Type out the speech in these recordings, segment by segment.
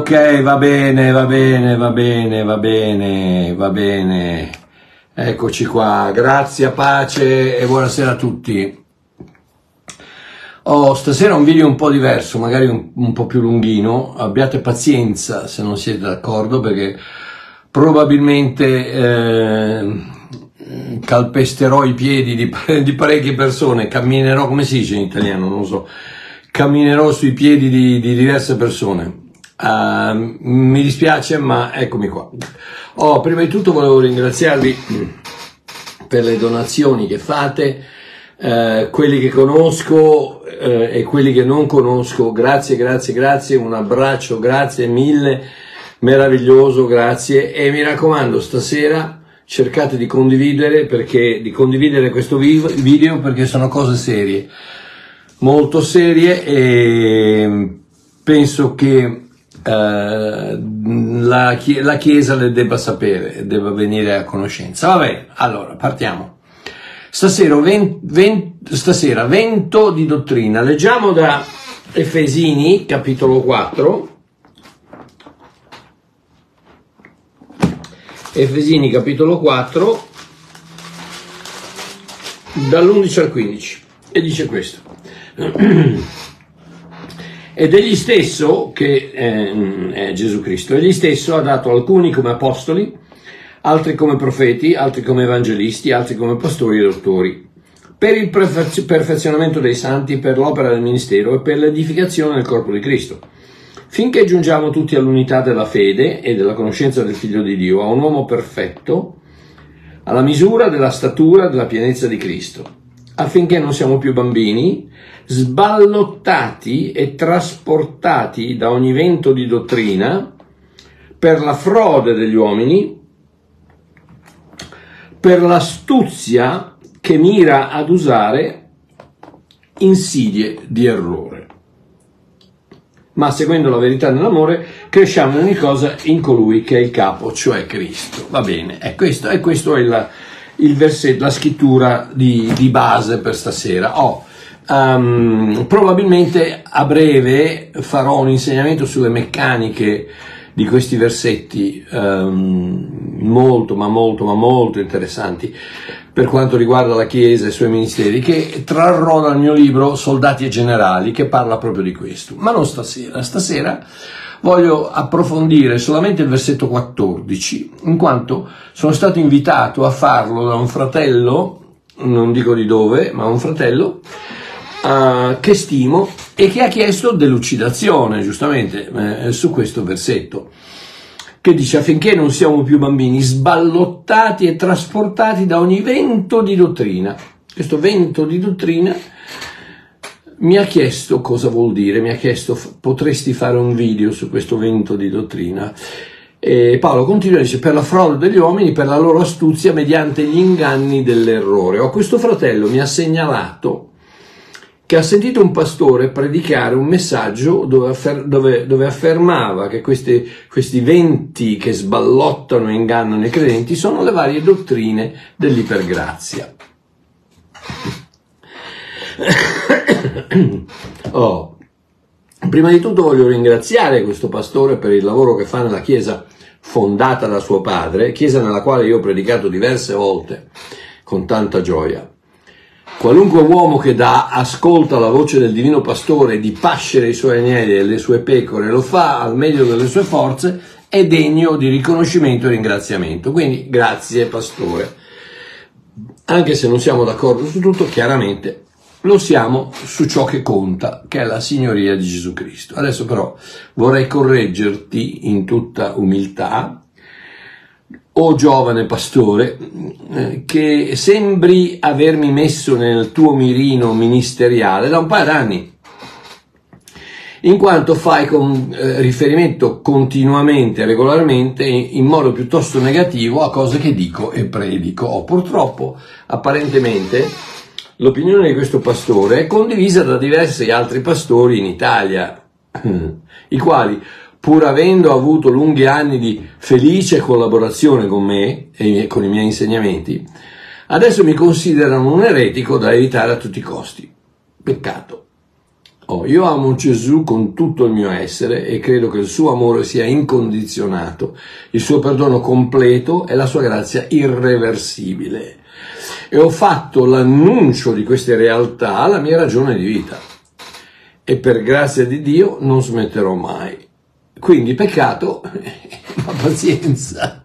Ok, va bene, va bene, va bene, va bene, va bene. Eccoci qua. Grazie, pace e buonasera a tutti. Stasera un video un po' diverso, magari un po' più lunghino. Abbiate pazienza se non siete d'accordo, perché probabilmente calpesterò i piedi di parecchie persone, camminerò, come si dice in italiano, non lo so, camminerò sui piedi di diverse persone. Mi dispiace, ma eccomi qua. Prima di tutto volevo ringraziarvi per le donazioni che fate, quelli che conosco e quelli che non conosco. Grazie, grazie, grazie, un abbraccio, grazie mille, meraviglioso, grazie. E mi raccomando, stasera cercate di condividere questo video, perché sono cose serie, molto serie, e penso che la Chiesa le debba sapere, debba venire a conoscenza. Va bene, allora partiamo. Stasera vento di dottrina. Leggiamo da Efesini capitolo 4. Efesini capitolo 4, dall'11 al 15, e dice questo: ed egli stesso, che è Gesù Cristo, egli stesso ha dato alcuni come apostoli, altri come profeti, altri come evangelisti, altri come pastori e dottori, per il perfezionamento dei santi, per l'opera del ministero e per l'edificazione del corpo di Cristo, finché giungiamo tutti all'unità della fede e della conoscenza del Figlio di Dio, a un uomo perfetto, alla misura della statura della pienezza di Cristo, affinché non siamo più bambini, sballottati e trasportati da ogni vento di dottrina, per la frode degli uomini, per l'astuzia che mira ad usare insidie di errore. Ma seguendo la verità nell'amore cresciamo in ogni cosa in colui che è il capo, cioè Cristo. Va bene, questo è il versetto, la scrittura di base per stasera. Probabilmente a breve farò un insegnamento sulle meccaniche di questi versetti, molto interessanti per quanto riguarda la Chiesa e i suoi ministeri, che trarrò dal mio libro Soldati e Generali, che parla proprio di questo. Ma non stasera. Stasera voglio approfondire solamente il versetto 14, in quanto sono stato invitato a farlo da un fratello, non dico di dove, ma un fratello che stimo e che ha chiesto delucidazione, giustamente, su questo versetto, che dice: affinché non siamo più bambini, sballottati e trasportati da ogni vento di dottrina. Questo vento di dottrina mi ha chiesto cosa vuol dire, mi ha chiesto: potresti fare un video su questo vento di dottrina? E Paolo continua e dice: per la frode degli uomini, per la loro astuzia mediante gli inganni dell'errore. Questo fratello mi ha segnalato che ha sentito un pastore predicare un messaggio dove affermava che questi venti che sballottano e ingannano i credenti sono le varie dottrine dell'ipergrazia. Prima di tutto voglio ringraziare questo pastore per il lavoro che fa nella chiesa fondata da suo padre, chiesa nella quale io ho predicato diverse volte con tanta gioia. Qualunque uomo che dà ascolta la voce del divino pastore di pascere i suoi agnelli e le sue pecore, lo fa al meglio delle sue forze, è degno di riconoscimento e ringraziamento. Quindi grazie pastore. Anche se non siamo d'accordo su tutto, chiaramente lo siamo su ciò che conta, che è la signoria di Gesù Cristo. Adesso però vorrei correggerti in tutta umiltà, o giovane pastore, che sembri avermi messo nel tuo mirino ministeriale da un paio d'anni, in quanto fai riferimento continuamente, regolarmente, in modo piuttosto negativo a cose che dico e predico. Purtroppo, apparentemente, l'opinione di questo pastore è condivisa da diversi altri pastori in Italia, i quali, pur avendo avuto lunghi anni di felice collaborazione con me e con i miei insegnamenti, adesso mi considerano un eretico da evitare a tutti i costi. Peccato. Oh, io amo Gesù con tutto il mio essere e credo che il suo amore sia incondizionato, il suo perdono completo e la sua grazia irreversibile. E ho fatto l'annuncio di queste realtà alla mia ragione di vita. E per grazia di Dio non smetterò mai. Quindi peccato, ma pazienza.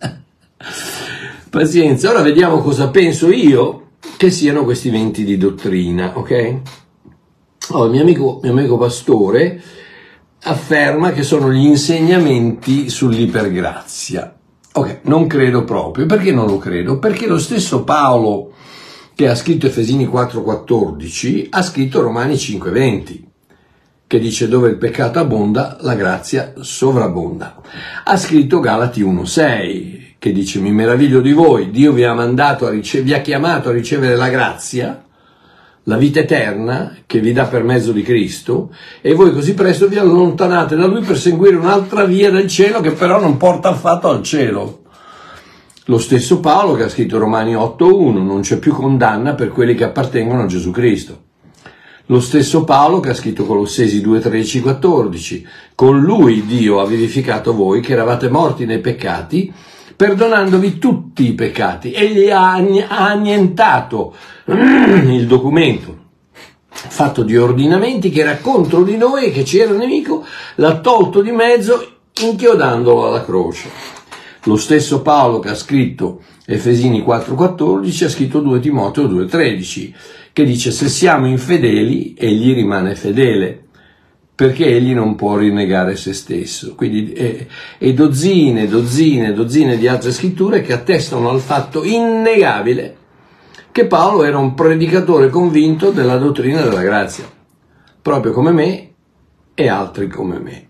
Pazienza. Ora vediamo cosa penso io che siano questi venti di dottrina, ok? Oh, il mio amico pastore afferma che sono gli insegnamenti sull'ipergrazia. Ok, non credo proprio. Perché non lo credo? Perché lo stesso Paolo, che ha scritto Efesini 4,14, ha scritto Romani 5,20, che dice dove il peccato abbonda, la grazia sovrabbonda. Ha scritto Galati 1,6, che dice mi meraviglio di voi, Dio vi ha chiamato a ricevere la grazia, la vita eterna che vi dà per mezzo di Cristo, e voi così presto vi allontanate da Lui per seguire un'altra via del cielo che però non porta affatto al cielo. Lo stesso Paolo che ha scritto Romani 8,1, non c'è più condanna per quelli che appartengono a Gesù Cristo. Lo stesso Paolo che ha scritto Colossesi 2,13, 14, con Lui Dio ha vivificato voi che eravate morti nei peccati, perdonandovi tutti i peccati. Egli ha annientato il documento fatto di ordinamenti che era contro di noi e che ci era nemico, l'ha tolto di mezzo inchiodandolo alla croce. Lo stesso Paolo che ha scritto Efesini 4,14 ha scritto 2 Timoteo 2,13, che dice se siamo infedeli egli rimane fedele, perché egli non può rinnegare se stesso. Quindi e dozzine di altre scritture che attestano al fatto innegabile che Paolo era un predicatore convinto della dottrina della grazia, proprio come me e altri come me.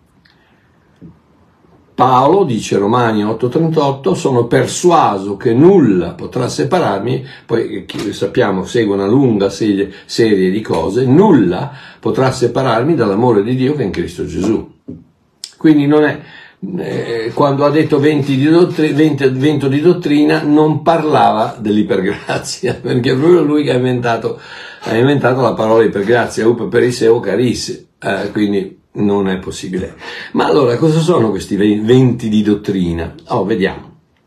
Paolo dice Romani 8,38, sono persuaso che nulla potrà separarmi, poi sappiamo segue una lunga serie di cose, nulla potrà separarmi dall'amore di Dio che è in Cristo Gesù. Quindi non è, quando ha detto vento di dottrina non parlava dell'ipergrazia, perché è proprio lui che ha inventato la parola ipergrazia, up periseo caris, quindi non è possibile. Ma allora cosa sono questi venti di dottrina? Oh, vediamo.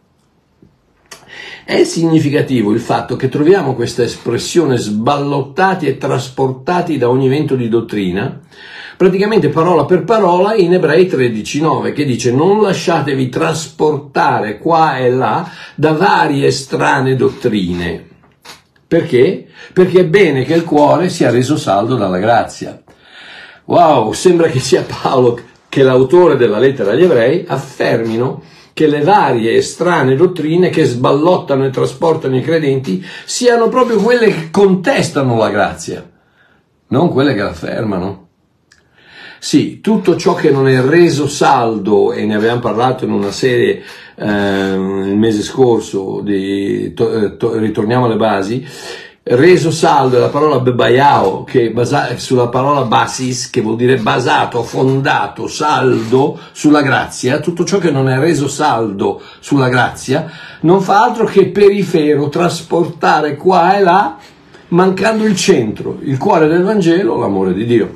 È significativo il fatto che troviamo questa espressione sballottati e trasportati da ogni vento di dottrina, praticamente parola per parola in Ebrei 13,9, che dice non lasciatevi trasportare qua e là da varie strane dottrine. Perché? Perché è bene che il cuore sia reso saldo dalla grazia. Wow, sembra che sia Paolo, che l'autore della lettera agli ebrei, affermino che le varie e strane dottrine che sballottano e trasportano i credenti siano proprio quelle che contestano la grazia, non quelle che l'affermano. Sì, tutto ciò che non è reso saldo, e ne abbiamo parlato in una serie il mese scorso di Ritorniamo alle basi. Reso saldo è la parola bebaiao, che è sulla parola basis, che vuol dire basato, fondato, saldo sulla grazia. Tutto ciò che non è reso saldo sulla grazia non fa altro che perifero, trasportare qua e là, mancando il centro, il cuore del Vangelo, l'amore di Dio.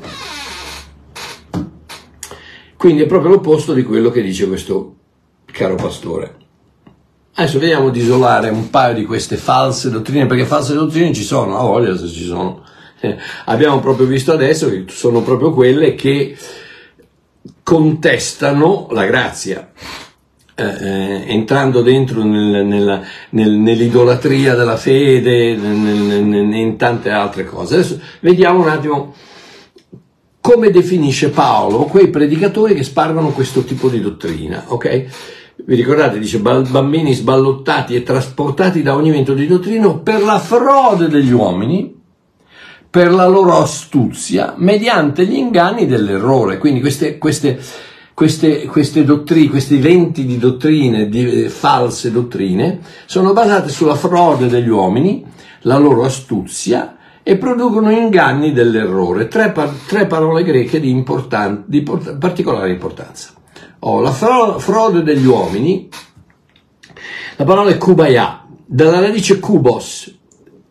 Quindi è proprio l'opposto di quello che dice questo caro pastore. Adesso vediamo di isolare un paio di queste false dottrine, perché false dottrine ci sono, a voglia se ci sono. Abbiamo proprio visto adesso che sono proprio quelle che contestano la grazia, entrando dentro nell'idolatria della fede, in tante altre cose. Adesso vediamo un attimo come definisce Paolo quei predicatori che spargono questo tipo di dottrina, ok? Vi ricordate, dice bambini sballottati e trasportati da ogni vento di dottrina per la frode degli uomini, per la loro astuzia, mediante gli inganni dell'errore. Quindi queste dottrine, questi venti di dottrine, false dottrine, sono basate sulla frode degli uomini, la loro astuzia, e producono inganni dell'errore. Tre parole greche di particolare importanza. La frode degli uomini, la parola è kubaia, dalla radice kubos,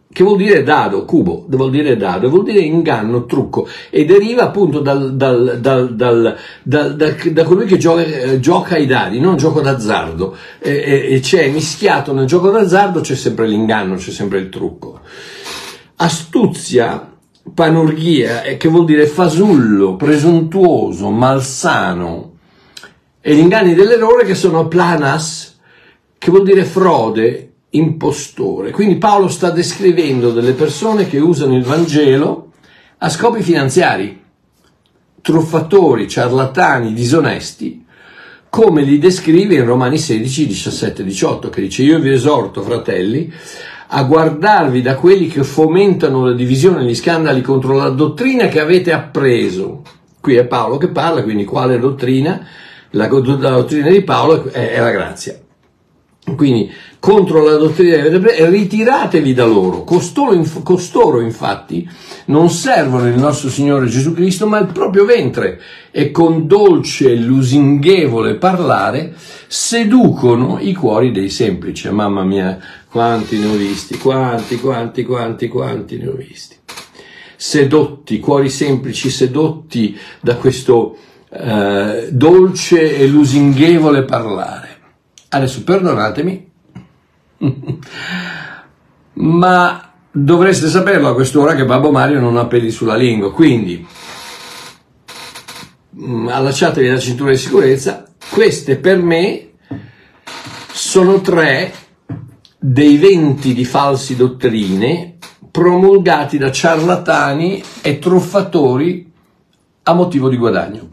che vuol dire dado, cubo, vuol dire dado, vuol dire inganno, trucco, e deriva appunto da colui che gioca ai dadi, non gioco d'azzardo, e c'è mischiato nel gioco d'azzardo, c'è sempre l'inganno, c'è sempre il trucco. Astuzia, panurgia, che vuol dire fasullo, presuntuoso, malsano, e gli inganni dell'errore, che sono planas, che vuol dire frode, impostore. Quindi Paolo sta descrivendo delle persone che usano il Vangelo a scopi finanziari, truffatori, ciarlatani, disonesti, come li descrive in Romani 16, 17, 18, che dice: io vi esorto, fratelli, a guardarvi da quelli che fomentano la divisione e gli scandali contro la dottrina che avete appreso. Qui è Paolo che parla, quindi quale dottrina? La dottrina di Paolo è la grazia. Quindi contro la dottrina che avete appreso, ritiratevi da loro. Costoro infatti non servono il nostro Signore Gesù Cristo, ma il proprio ventre, e con dolce e lusinghevole parlare seducono i cuori dei semplici. Mamma mia, quanti ne ho visti, quanti ne ho visti. Sedotti, cuori semplici, sedotti da questo dolce e lusinghevole parlare. Adesso perdonatemi, ma dovreste saperlo a quest'ora che Babbo Mario non ha peli sulla lingua, quindi allacciatevi la cintura di sicurezza. Queste per me sono 3 dei 20 di falsi dottrine promulgati da ciarlatani e truffatori a motivo di guadagno.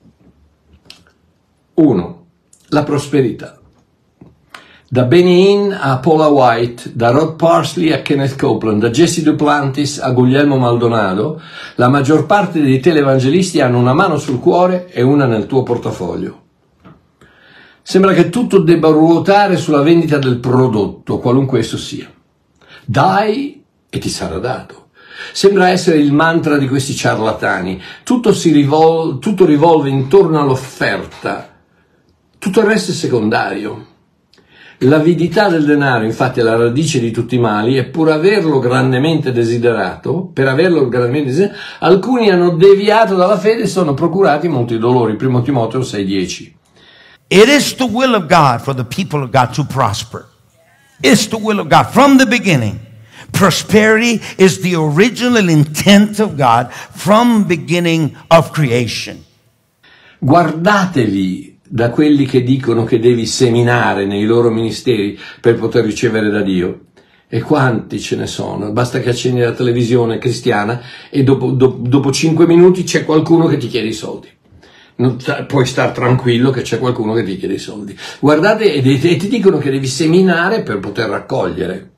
1. La prosperità. Da Benny Hinn a Paula White, da Rod Parsley a Kenneth Copeland, da Jesse Duplantis a Guglielmo Maldonado, la maggior parte dei televangelisti hanno una mano sul cuore e una nel tuo portafoglio. Sembra che tutto debba ruotare sulla vendita del prodotto, qualunque esso sia. Dai e ti sarà dato. Sembra essere il mantra di questi ciarlatani. Tutto rivolve intorno all'offerta. Tutto il resto è secondario. L'avidità del denaro, infatti, è la radice di tutti i mali, e per averlo grandemente desiderato, alcuni hanno deviato dalla fede e sono procurati molti dolori. 1 Timoteo 6,10. It is the will of God for the people of God to prosper. It's the will of God from the beginning. Prosperity is the original intent of God from beginning of creation. Guardatevi da quelli che dicono che devi seminare nei loro ministeri per poter ricevere da Dio. E quanti ce ne sono? Basta che accendi la televisione cristiana e dopo 5 minuti c'è qualcuno che ti chiede i soldi. Puoi star tranquillo che c'è qualcuno che ti chiede i soldi. Guardate, e ti dicono che devi seminare per poter raccogliere.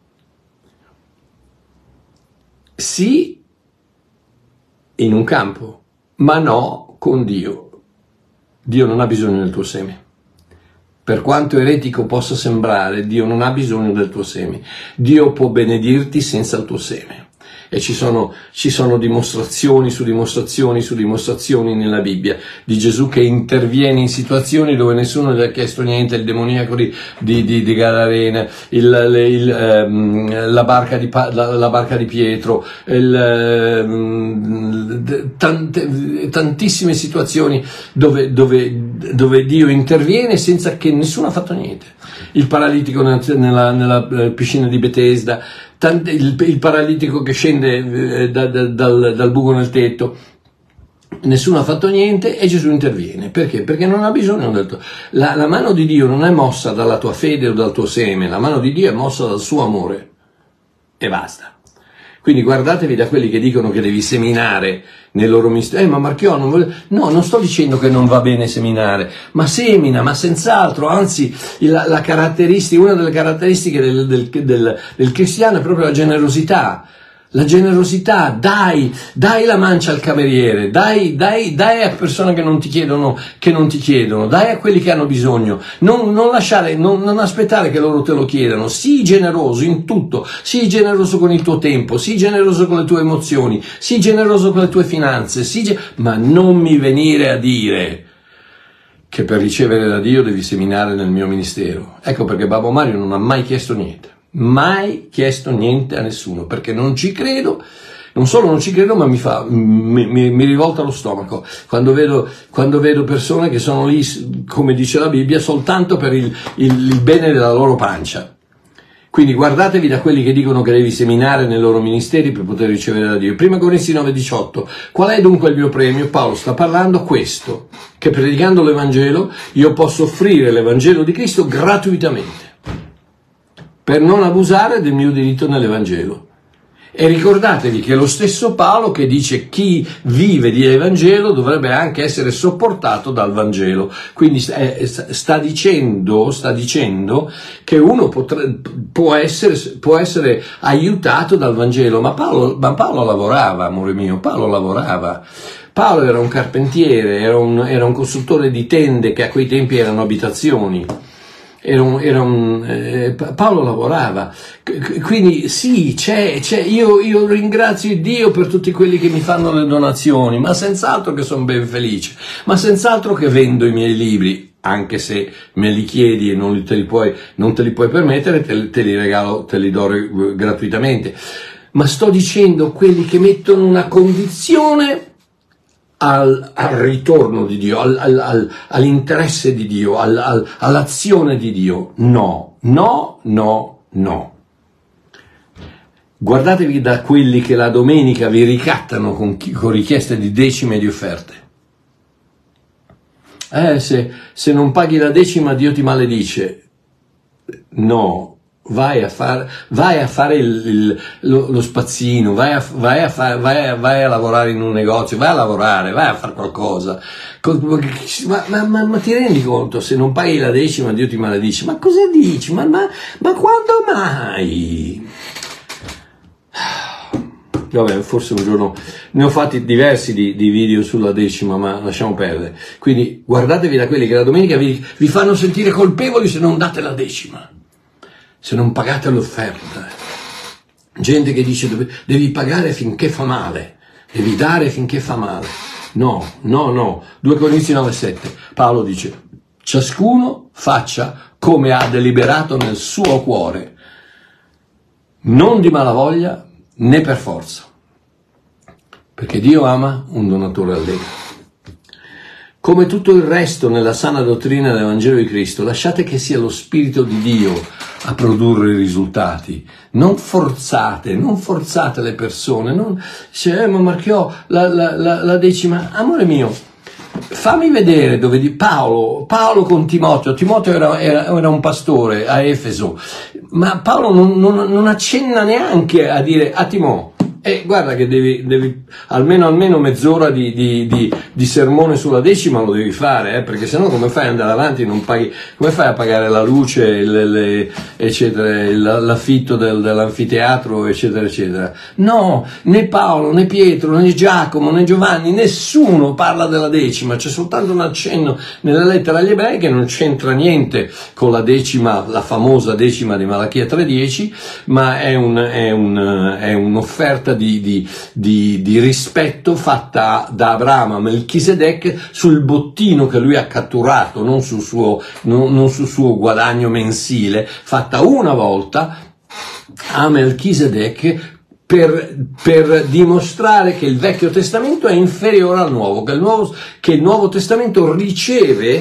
Sì, in un campo, ma no con Dio. Dio non ha bisogno del tuo seme. Per quanto eretico possa sembrare, Dio non ha bisogno del tuo seme. Dio può benedirti senza il tuo seme. E ci sono dimostrazioni su dimostrazioni su dimostrazioni nella Bibbia di Gesù che interviene in situazioni dove nessuno gli ha chiesto niente. Il demoniaco di Gadarena, la barca di Pietro, tantissime situazioni dove Dio interviene senza che nessuno ha fatto niente. Il paralitico nella piscina di Betesda, il paralitico che scende dal buco nel tetto, nessuno ha fatto niente e Gesù interviene. Perché? Perché non ha bisogno la mano di Dio non è mossa dalla tua fede o dal tuo seme, la mano di Dio è mossa dal suo amore e basta. Quindi guardatevi da quelli che dicono che devi seminare nel loro ministero. Ma Marchiò, non sto dicendo che non va bene seminare, ma semina, ma senz'altro. Anzi, una delle caratteristiche del cristiano è proprio la generosità. La generosità, dai la mancia al cameriere, dai a persone che non ti chiedono, dai a quelli che hanno bisogno, non aspettare che loro te lo chiedano. Sii generoso in tutto, sii generoso con il tuo tempo, sii generoso con le tue emozioni, sii generoso con le tue finanze, ma non mi venire a dire che per ricevere da Dio devi seminare nel mio ministero. Ecco perché Babbo Mario non ha mai chiesto niente. mai chiesto niente a nessuno, perché non ci credo. Non solo non ci credo, ma mi rivolta lo stomaco quando vedo persone che sono lì, come dice la Bibbia, soltanto per il bene della loro pancia. Quindi guardatevi da quelli che dicono che devi seminare nei loro ministeri per poter ricevere da Dio. 1 Corinzi 9,18. Qual è dunque il mio premio? Paolo sta parlando questo, che predicando l'Evangelo io posso offrire l'Evangelo di Cristo gratuitamente, per non abusare del mio diritto nell'Evangelo. E ricordatevi che è lo stesso Paolo che dice chi vive di Evangelo dovrebbe anche essere sopportato dal Vangelo. Quindi sta dicendo che uno può essere aiutato dal Vangelo. Ma Paolo lavorava, amore mio, Paolo lavorava. Paolo era un carpentiere, era un costruttore di tende che a quei tempi erano abitazioni. Paolo lavorava, quindi sì, io ringrazio Dio per tutti quelli che mi fanno le donazioni, ma senz'altro che sono ben felice, ma senz'altro che vendo i miei libri, anche se me li chiedi e non te li puoi permettere, te li regalo, te li do gratuitamente, ma sto dicendo quelli che mettono una condizione al ritorno di Dio, all'interesse di Dio, all'azione di Dio. No. Guardatevi da quelli che la domenica vi ricattano con richieste di decime e di offerte. Se non paghi la decima Dio ti maledice. No. Vai a fare lo spazzino, vai a lavorare in un negozio, vai a fare qualcosa. Ma ti rendi conto, se non paghi la decima Dio ti maledice? Ma cosa dici? Ma quando mai? Vabbè, forse un giorno ne ho fatti diversi di video sulla decima, ma lasciamo perdere. Quindi guardatevi da quelli che la domenica vi fanno sentire colpevoli se non date la decima, se non pagate l'offerta. Gente che dice devi pagare finché fa male, devi dare finché fa male. No. 2 Corinzi 9,7. Paolo dice: ciascuno faccia come ha deliberato nel suo cuore, non di malavoglia né per forza, perché Dio ama un donatore allegro. Come tutto il resto nella sana dottrina del Vangelo di Cristo, lasciate che sia lo Spirito di Dio a produrre i risultati. Non forzate le persone. Non ma Marchiò, la decima. Amore mio, fammi vedere dove Paolo con Timoteo era un pastore a Efeso, ma Paolo non accenna neanche a dire a Timò: guarda che devi almeno mezz'ora di sermone sulla decima lo devi fare, perché sennò come fai ad andare avanti? Non paghi, come fai a pagare la luce, eccetera, l'affitto dell'anfiteatro, eccetera, eccetera. No, né Paolo, né Pietro, né Giacomo, né Giovanni, nessuno parla della decima. C'è soltanto un accenno nella lettera agli Ebrei che non c'entra niente con la decima, la famosa decima di Malachia 3:10, ma è un'offerta di rispetto fatta da Abramo a Melchisedec sul bottino che lui ha catturato, non sul suo guadagno mensile, fatta una volta a Melchisedec per dimostrare che il Vecchio Testamento è inferiore al Nuovo, che il Nuovo Testamento riceve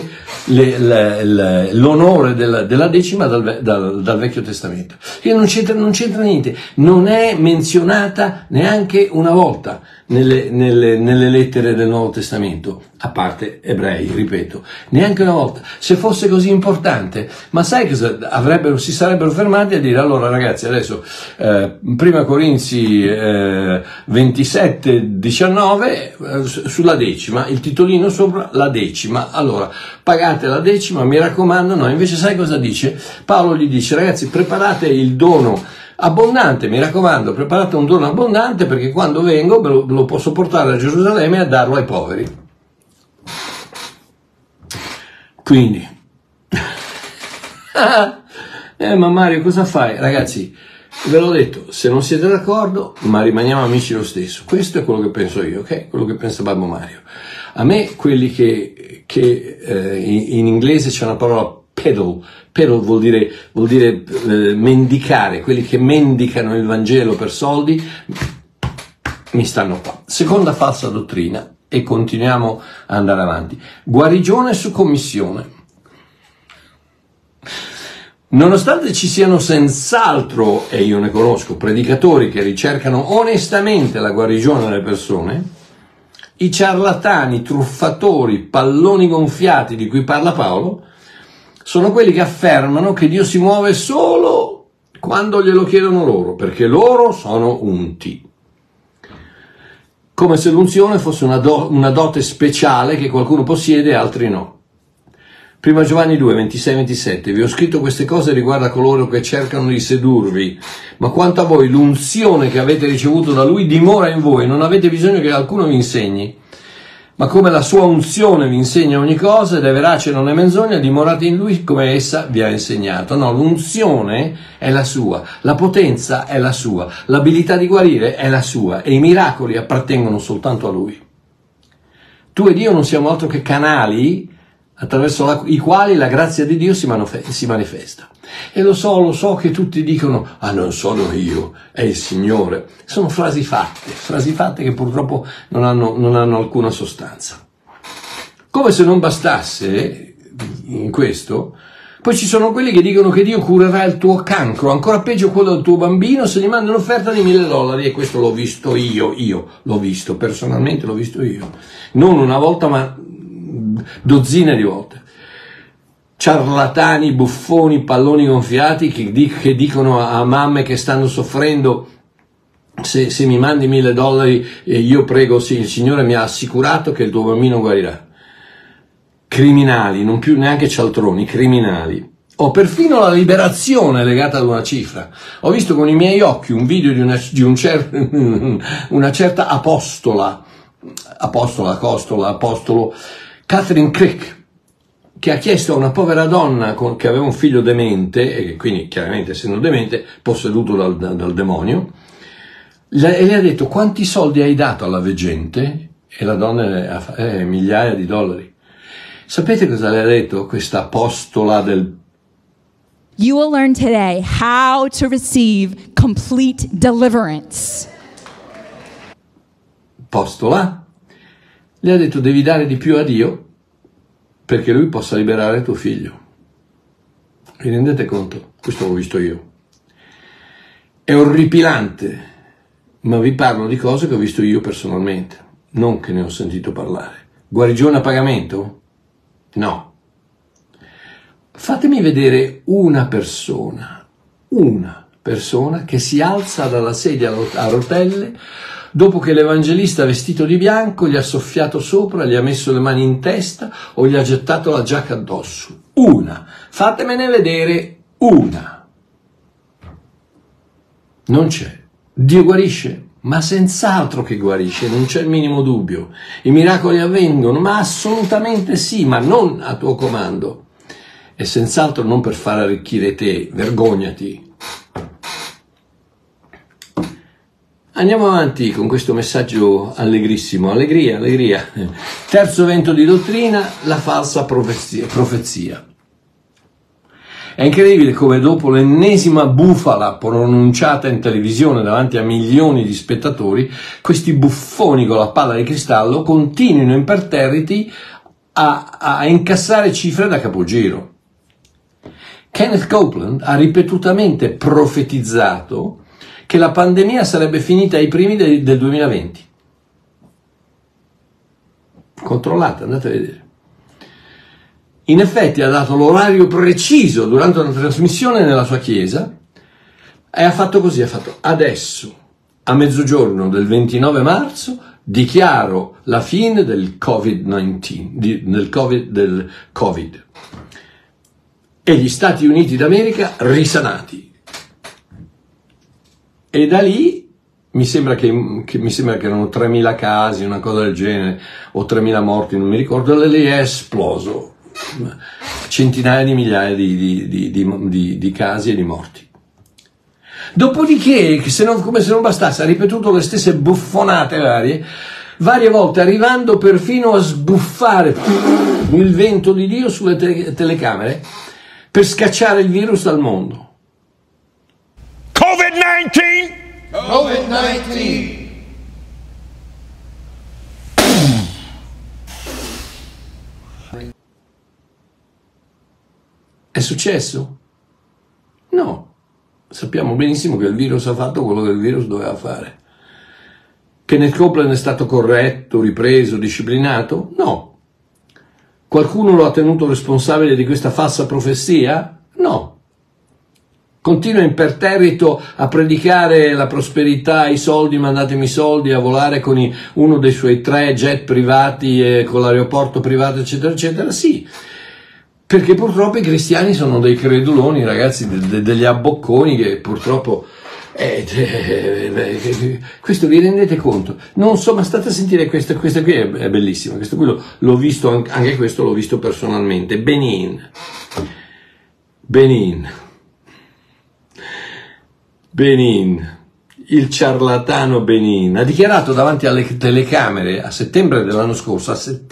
l'onore della decima dal Vecchio Testamento. E non c'entra niente, non è menzionata neanche una volta nelle lettere del Nuovo Testamento, a parte Ebrei, ripeto, neanche una volta. Se fosse così importante, ma sai cosa si sarebbero fermati a dire: allora ragazzi, adesso 1 Corinzi 27:19 sulla decima, il titolino sopra la decima, allora pagate la decima, mi raccomando. No, invece sai cosa dice? Paolo gli dice: ragazzi, preparate il dono abbondante, mi raccomando, preparate un dono abbondante, perché quando vengo ve lo posso portare a Gerusalemme e a darlo ai poveri. Quindi ma Mario, cosa fai? Ragazzi, ve l'ho detto, se non siete d'accordo, ma rimaniamo amici lo stesso. Questo è quello che penso io, ok? Quello che pensa Babbo Mario. A me quelli che in inglese c'è una parola pedal Però vuol dire mendicare, quelli che mendicano il Vangelo per soldi, mi stanno qua. Seconda falsa dottrina, e continuiamo ad andare avanti. Guarigione su commissione. Nonostante ci siano senz'altro, e io ne conosco, predicatori che ricercano onestamente la guarigione delle persone, i ciarlatani, truffatori, palloni gonfiati di cui parla Paolo, sono quelli che affermano che Dio si muove solo quando glielo chiedono loro, perché loro sono unti. Come se l'unzione fosse una dote speciale che qualcuno possiede e altri no. 1 Giovanni 2, 26-27, vi ho scritto queste cose riguardo a coloro che cercano di sedurvi, ma quanto a voi l'unzione che avete ricevuto da Lui dimora in voi, non avete bisogno che qualcuno vi insegni, ma come la sua unzione vi insegna ogni cosa ed è verace e non è menzogna, dimorate in Lui come essa vi ha insegnato. No, l'unzione è la sua, la potenza è la sua, l'abilità di guarire è la sua e i miracoli appartengono soltanto a Lui. Tu ed io non siamo altro che canali attraverso i quali la grazia di Dio si manifesta. E lo so che tutti dicono, non sono io, è il Signore. Sono frasi fatte che purtroppo non hanno alcuna sostanza. Come se non bastasse in questo, poi ci sono quelli che dicono che Dio curerà il tuo cancro, ancora peggio quello del tuo bambino, se gli manda un'offerta di $1.000, e questo l'ho visto io l'ho visto, personalmente l'ho visto io. Non una volta, ma dozzine di volte. Ciarlatani, buffoni, palloni gonfiati che dicono a mamme che stanno soffrendo, se mi mandi $1.000 io prego, sì, il Signore mi ha assicurato che il tuo bambino guarirà. Criminali, non più neanche cialtroni, criminali. O perfino la liberazione legata ad una cifra. Ho visto con i miei occhi un video di una certa apostolo, Catherine Crick, che ha chiesto a una povera donna che aveva un figlio demente, e che quindi chiaramente essendo demente, posseduto dal demonio, e le ha detto: quanti soldi hai dato alla veggente? E la donna migliaia di dollari. Sapete cosa le ha detto questa apostola del... You will learn today how to receive complete deliverance. Apostola? Le ha detto: devi dare di più a Dio perché Lui possa liberare tuo figlio. Vi rendete conto? Questo l'ho visto io. È orripilante, ma vi parlo di cose che ho visto io personalmente, non che ne ho sentito parlare. Guarigione a pagamento? No. Fatemi vedere una persona che si alza dalla sedia a rotelle dopo che l'evangelista vestito di bianco gli ha soffiato sopra, gli ha messo le mani in testa o gli ha gettato la giacca addosso. Una. Fatemene vedere una. Non c'è. Dio guarisce? Ma senz'altro che guarisce, non c'è il minimo dubbio. I miracoli avvengono? Ma assolutamente sì, ma non a tuo comando. E senz'altro non per far arricchire te, vergognati. Andiamo avanti con questo messaggio allegrissimo. Allegria, allegria. Terzo vento di dottrina, la falsa profezia. È incredibile come dopo l'ennesima bufala pronunciata in televisione davanti a milioni di spettatori, questi buffoni con la palla di cristallo continuino imperterriti a incassare cifre da capogiro. Kenneth Copeland ha ripetutamente profetizzato che la pandemia sarebbe finita ai primi del 2020. Controllate, andate a vedere. In effetti ha dato l'orario preciso durante una trasmissione nella sua chiesa e ha fatto così, ha fatto: adesso a mezzogiorno del 29 marzo dichiaro la fine del Covid-19, del Covid, e gli Stati Uniti d'America risanati. E da lì mi sembra che erano 3.000 casi, una cosa del genere, o 3.000 morti, non mi ricordo, e lì è esploso. Centinaia di migliaia di casi e di morti. Dopodiché, come se non bastasse, ha ripetuto le stesse buffonate varie volte, arrivando perfino a sbuffare il vento di Dio sulle telecamere, per scacciare il virus dal mondo. COVID-19! COVID-19. È successo? No. Sappiamo benissimo che il virus ha fatto quello che il virus doveva fare. Kenneth Copeland è stato corretto, ripreso, disciplinato? No. Qualcuno lo ha tenuto responsabile di questa falsa profezia? No. Continua imperterrito a predicare la prosperità, i soldi, mandatemi i soldi, a volare con uno dei suoi 3 jet privati e con l'aeroporto privato, eccetera, eccetera? Sì. Perché purtroppo i cristiani sono dei creduloni, ragazzi, degli abbocconi che purtroppo... questo vi rendete conto? Non so, ma state a sentire questa qui è bellissima, questo qui l'ho visto, anche questo l'ho visto personalmente. Benin, il ciarlatano Benin, ha dichiarato davanti alle telecamere a settembre dell'anno scorso,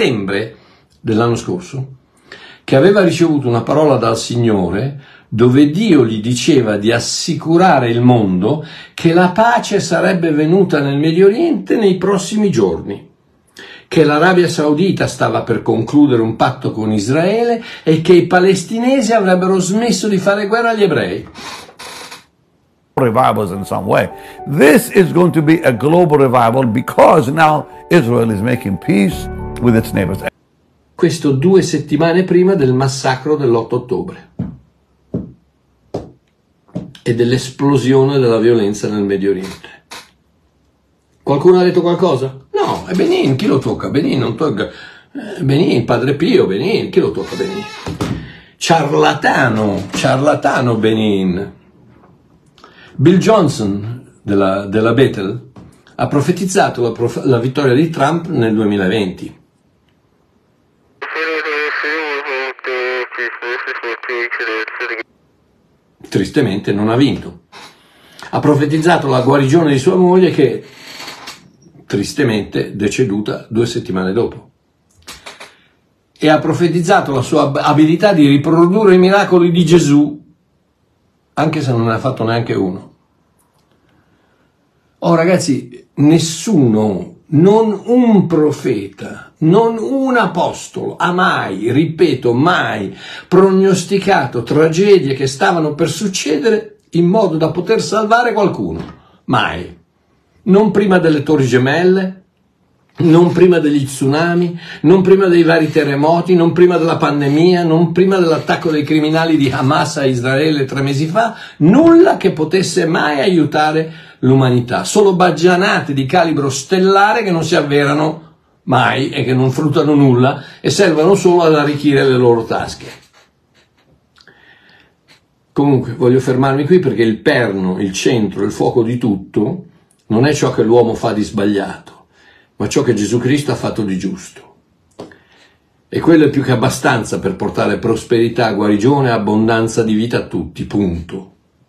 che aveva ricevuto una parola dal Signore dove Dio gli diceva di assicurare il mondo che la pace sarebbe venuta nel Medio Oriente nei prossimi giorni, che l'Arabia Saudita stava per concludere un patto con Israele e che i palestinesi avrebbero smesso di fare guerra agli ebrei. Revivals in some way. This is going to be a global revival because now Israel is making peace with its neighbors. Questo 2 settimane prima del massacro dell'8 ottobre e dell'esplosione della violenza nel Medio Oriente. Qualcuno ha detto qualcosa? No, è Benin, chi lo tocca? Benin, non tocca. Benin, Padre Pio, Benin, chi lo tocca Benin? Ciarlatano Benin. Bill Johnson della Bethel ha profetizzato la vittoria di Trump nel 2020. Tristemente non ha vinto. Ha profetizzato la guarigione di sua moglie che tristemente deceduta 2 settimane dopo. E ha profetizzato la sua abilità di riprodurre i miracoli di Gesù, anche se non ne ha fatto neanche uno. Oh ragazzi, nessuno, non un profeta, non un apostolo ha mai, ripeto, mai prognosticato tragedie che stavano per succedere in modo da poter salvare qualcuno. Mai. Non prima delle Torri Gemelle, non prima degli tsunami, non prima dei vari terremoti, non prima della pandemia, non prima dell'attacco dei criminali di Hamas a Israele 3 mesi fa, nulla che potesse mai aiutare l'umanità, solo baggianate di calibro stellare che non si avverano mai e che non fruttano nulla e servono solo ad arricchire le loro tasche. Comunque voglio fermarmi qui perché il perno, il centro, il fuoco di tutto non è ciò che l'uomo fa di sbagliato, ma ciò che Gesù Cristo ha fatto di giusto. E quello è più che abbastanza per portare prosperità, guarigione e abbondanza di vita a tutti, punto.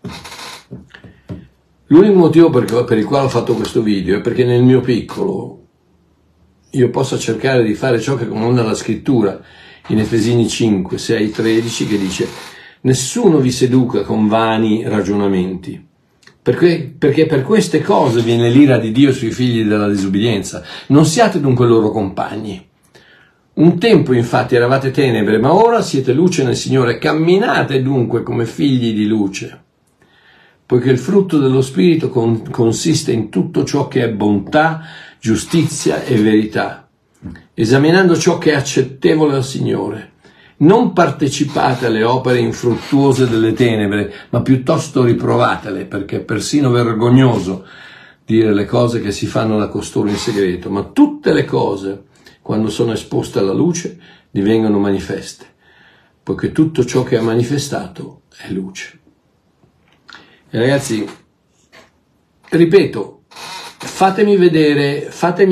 L'unico motivo per il quale ho fatto questo video è perché nel mio piccolo io possa cercare di fare ciò che comanda la scrittura in Efesini 5, 6, 13 che dice: nessuno vi seduca con vani ragionamenti, perché per queste cose viene l'ira di Dio sui figli della disubbidienza. Non siate dunque loro compagni. Un tempo infatti eravate tenebre, ma ora siete luce nel Signore. Camminate dunque come figli di luce, poiché il frutto dello Spirito consiste in tutto ciò che è bontà, giustizia e verità, esaminando ciò che è accettevole al Signore. Non partecipate alle opere infruttuose delle tenebre, ma piuttosto riprovatele, perché è persino vergognoso dire le cose che si fanno da costoro in segreto, ma tutte le cose, quando sono esposte alla luce, divengono manifeste, poiché tutto ciò che è manifestato è luce. E ragazzi, ripeto, fatemi vedere,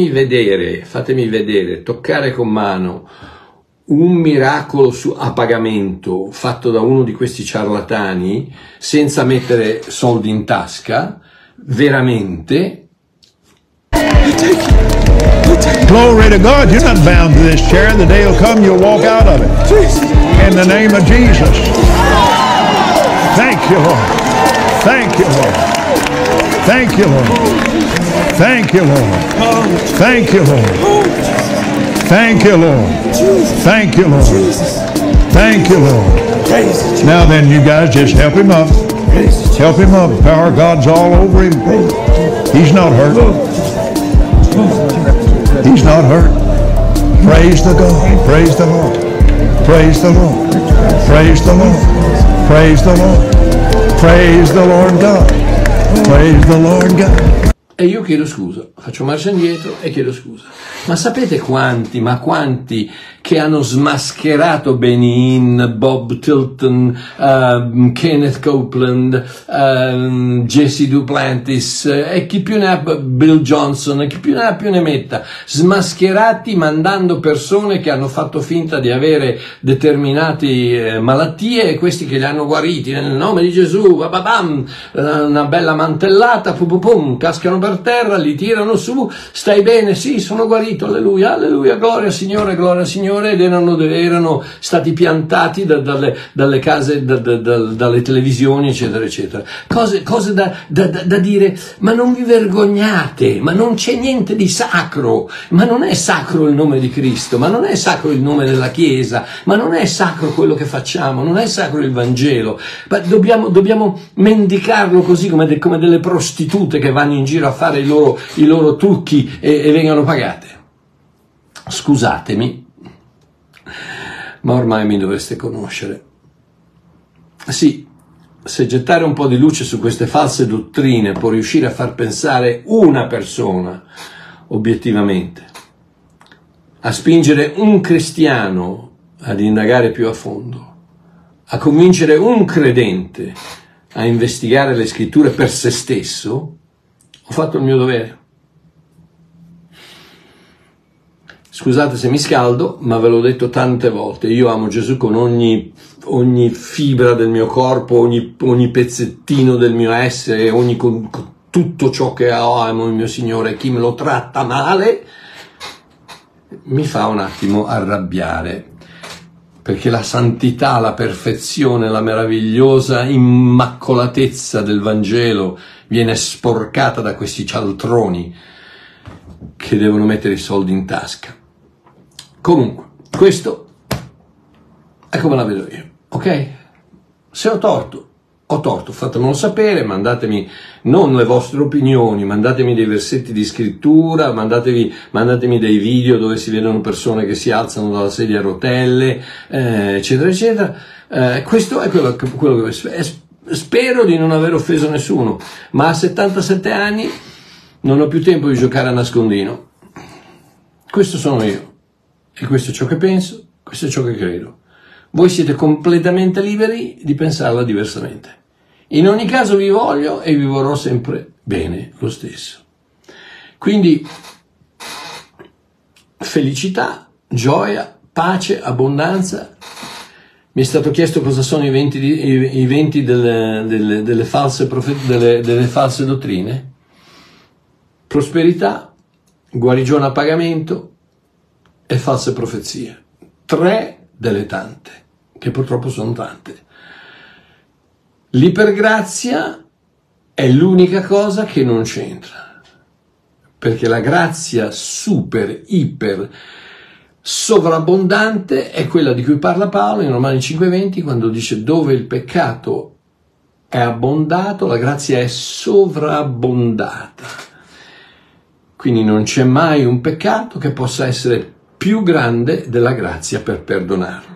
toccare con mano un miracolo a pagamento fatto da uno di questi ciarlatani senza mettere soldi in tasca, veramente. Glory to God, you're not bound to this chair. The day will come, you'll walk out of it. In the name of Jesus. Thank you, Lord. Thank you, Lord. Thank you, Lord. Thank you, Lord. Thank you, Lord. Thank you, Lord. Thank you, Lord. Thank you, Lord. Now then, you guys, just help him up. Help him up. The power of God's all over him. He's not hurt. He's not hurt. Praise the God. Praise the Lord. Praise the Lord. Praise the Lord. Praise the Lord. Praise the Lord God. Praise the Lord God. E io chiedo scusa, faccio marcia indietro e chiedo scusa. Ma sapete quanti che hanno smascherato Benny Hinn, Bob Tilton, Kenneth Copeland, Jesse Duplantis e chi più ne ha, Bill Johnson, e chi più ne ha più ne metta, smascherati mandando persone che hanno fatto finta di avere determinate malattie e questi che li hanno guariti nel nome di Gesù, bababam, una bella mantellata, pum pum pum, cascano per terra, li tirano su, stai bene, sì, sono guarito, alleluia, alleluia, gloria al Signore, ed erano stati piantati dalle case, dalle televisioni, eccetera, eccetera. Cose da dire, ma non vi vergognate, ma non c'è niente di sacro, ma non è sacro il nome di Cristo, ma non è sacro il nome della Chiesa, ma non è sacro quello che facciamo, non è sacro il Vangelo, ma dobbiamo mendicarlo così come delle prostitute che vanno in giro a fare i loro trucchi e vengano pagate. Scusatemi, ma ormai mi dovreste conoscere. Sì, se gettare un po' di luce su queste false dottrine può riuscire a far pensare una persona, obiettivamente, a spingere un cristiano ad indagare più a fondo, a convincere un credente a investigare le scritture per se stesso, ho fatto il mio dovere. Scusate se mi scaldo, ma ve l'ho detto tante volte, io amo Gesù con ogni fibra del mio corpo, ogni pezzettino del mio essere, con tutto ciò che ho, amo il mio Signore. Chi me lo tratta male mi fa un attimo arrabbiare, perché la santità, la perfezione, la meravigliosa immacolatezza del Vangelo viene sporcata da questi cialtroni che devono mettere i soldi in tasca. Comunque, questo è come la vedo io, ok? Se ho torto, fatemelo sapere, mandatemi non le vostre opinioni, mandatemi dei versetti di scrittura, mandatemi dei video dove si vedono persone che si alzano dalla sedia a rotelle, eccetera, eccetera. Questo è quello che spero di non aver offeso nessuno, ma a 77 anni non ho più tempo di giocare a nascondino. Questo sono io. E questo è ciò che penso, questo è ciò che credo. Voi siete completamente liberi di pensarla diversamente. In ogni caso vi voglio e vi vorrò sempre bene lo stesso. Quindi felicità, gioia, pace, abbondanza. Mi è stato chiesto cosa sono i venti delle false dottrine. Prosperità, guarigione a pagamento e false profezie. 3 delle tante, che purtroppo sono tante. L'ipergrazia è l'unica cosa che non c'entra, perché la grazia super, iper, sovrabbondante è quella di cui parla Paolo in Romani 5,20, quando dice: dove il peccato è abbondato, la grazia è sovrabbondata. Quindi non c'è mai un peccato che possa essere più grande della grazia per perdonarlo.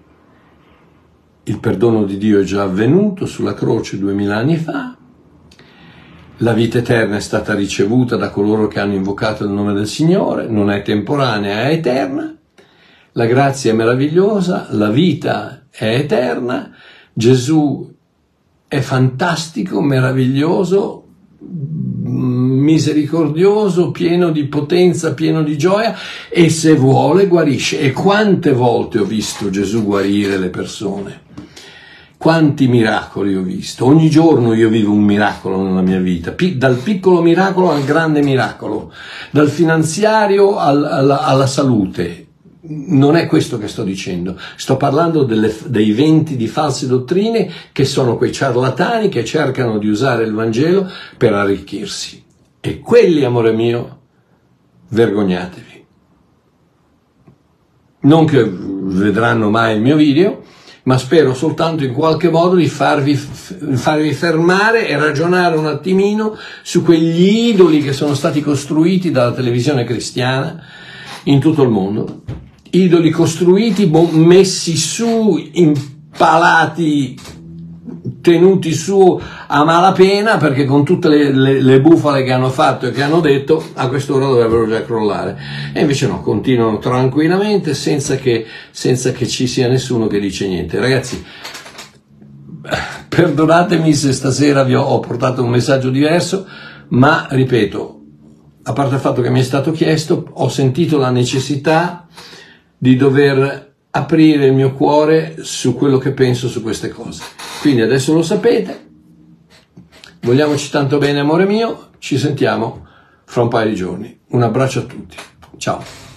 Il perdono di Dio è già avvenuto sulla croce 2000 anni fa, la vita eterna è stata ricevuta da coloro che hanno invocato il nome del Signore, non è temporanea, è eterna, la grazia è meravigliosa, la vita è eterna, Gesù è fantastico, meraviglioso, misericordioso, pieno di potenza, pieno di gioia, e se vuole guarisce. E quante volte ho visto Gesù guarire le persone, quanti miracoli ho visto. Ogni giorno io vivo un miracolo nella mia vita, dal piccolo miracolo al grande miracolo, dal finanziario alla salute. non è questo che sto dicendo. Sto parlando dei venti di false dottrine, che sono quei ciarlatani che cercano di usare il Vangelo per arricchirsi. E quelli, amore mio, vergognatevi. Non che vedranno mai il mio video, ma spero soltanto in qualche modo di farvi fermare e ragionare un attimino su quegli idoli che sono stati costruiti dalla televisione cristiana in tutto il mondo. Idoli costruiti, messi su, impalati, tenuti su a malapena, perché con tutte le bufale che hanno fatto e che hanno detto, a quest'ora dovrebbero già crollare. E invece no, continuano tranquillamente senza che ci sia nessuno che dice niente. Ragazzi, perdonatemi se stasera vi ho portato un messaggio diverso, ma ripeto, a parte il fatto che mi è stato chiesto, ho sentito la necessità di dover aprire il mio cuore su quello che penso su queste cose. Quindi adesso lo sapete, vogliamoci tanto bene, amore mio, ci sentiamo fra un paio di giorni. Un abbraccio a tutti, ciao.